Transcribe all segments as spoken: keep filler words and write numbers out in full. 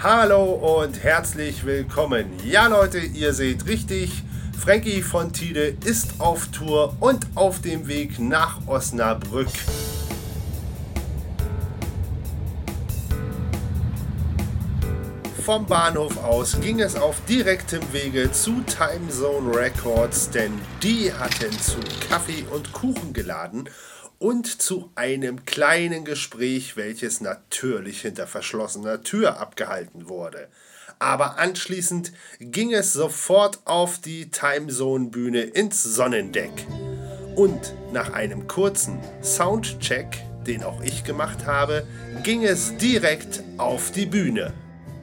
Hallo und herzlich willkommen. Ja Leute, ihr seht richtig, Frankie von Tide ist auf Tour und auf dem Weg nach Osnabrück. Vom Bahnhof aus ging es auf direktem Wege zu Time Zone Records, denn die hatten zu Kaffee und Kuchen geladen und zu einem kleinen Gespräch, welches natürlich hinter verschlossener Tür abgehalten wurde. Aber anschließend ging es sofort auf die Time Zone Bühne ins Sonnendeck. Und nach einem kurzen Soundcheck, den auch ich gemacht habe, ging es direkt auf die Bühne.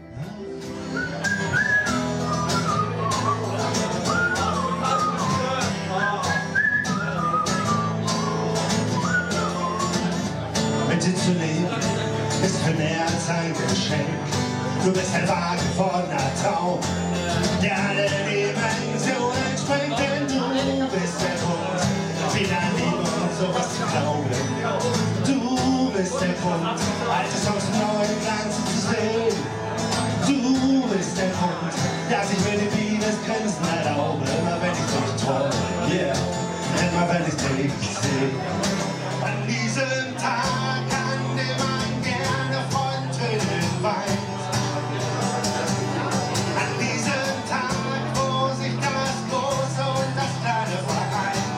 Mit dir zu leben ist für mehr als ein Geschenk. Du bist ein Wagen voller Traum, der alle Dimensionen sprengt, denn du bist der Grund, wieder an Liebe und sowas zu glauben. Du bist der Grund, alte Songs mit neuen Glanz zu sehen. Du bist der Grund, dass ich mir die Biene des Grinsen erlaube, immer wenn ich dich träume, yeah, immer wenn ich dich sehe. An diesem Tag, an dem man gerne von Tränen weint. An diesem Tag, wo sich das Große und das Kleine vereint.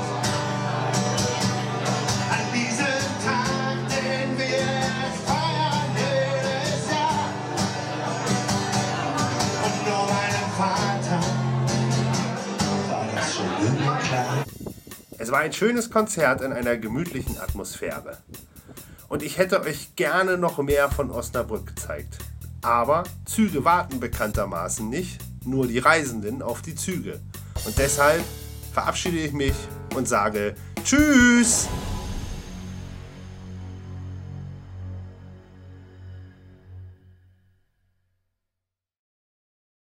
An diesem Tag, den wir feiern jedes Jahr. Und nur meinem Vater war das schon immer klar. Es war ein schönes Konzert in einer gemütlichen Atmosphäre. Und ich hätte euch gerne noch mehr von Osnabrück gezeigt. Aber Züge warten bekanntermaßen nicht, nur die Reisenden auf die Züge. Und deshalb verabschiede ich mich und sage Tschüss!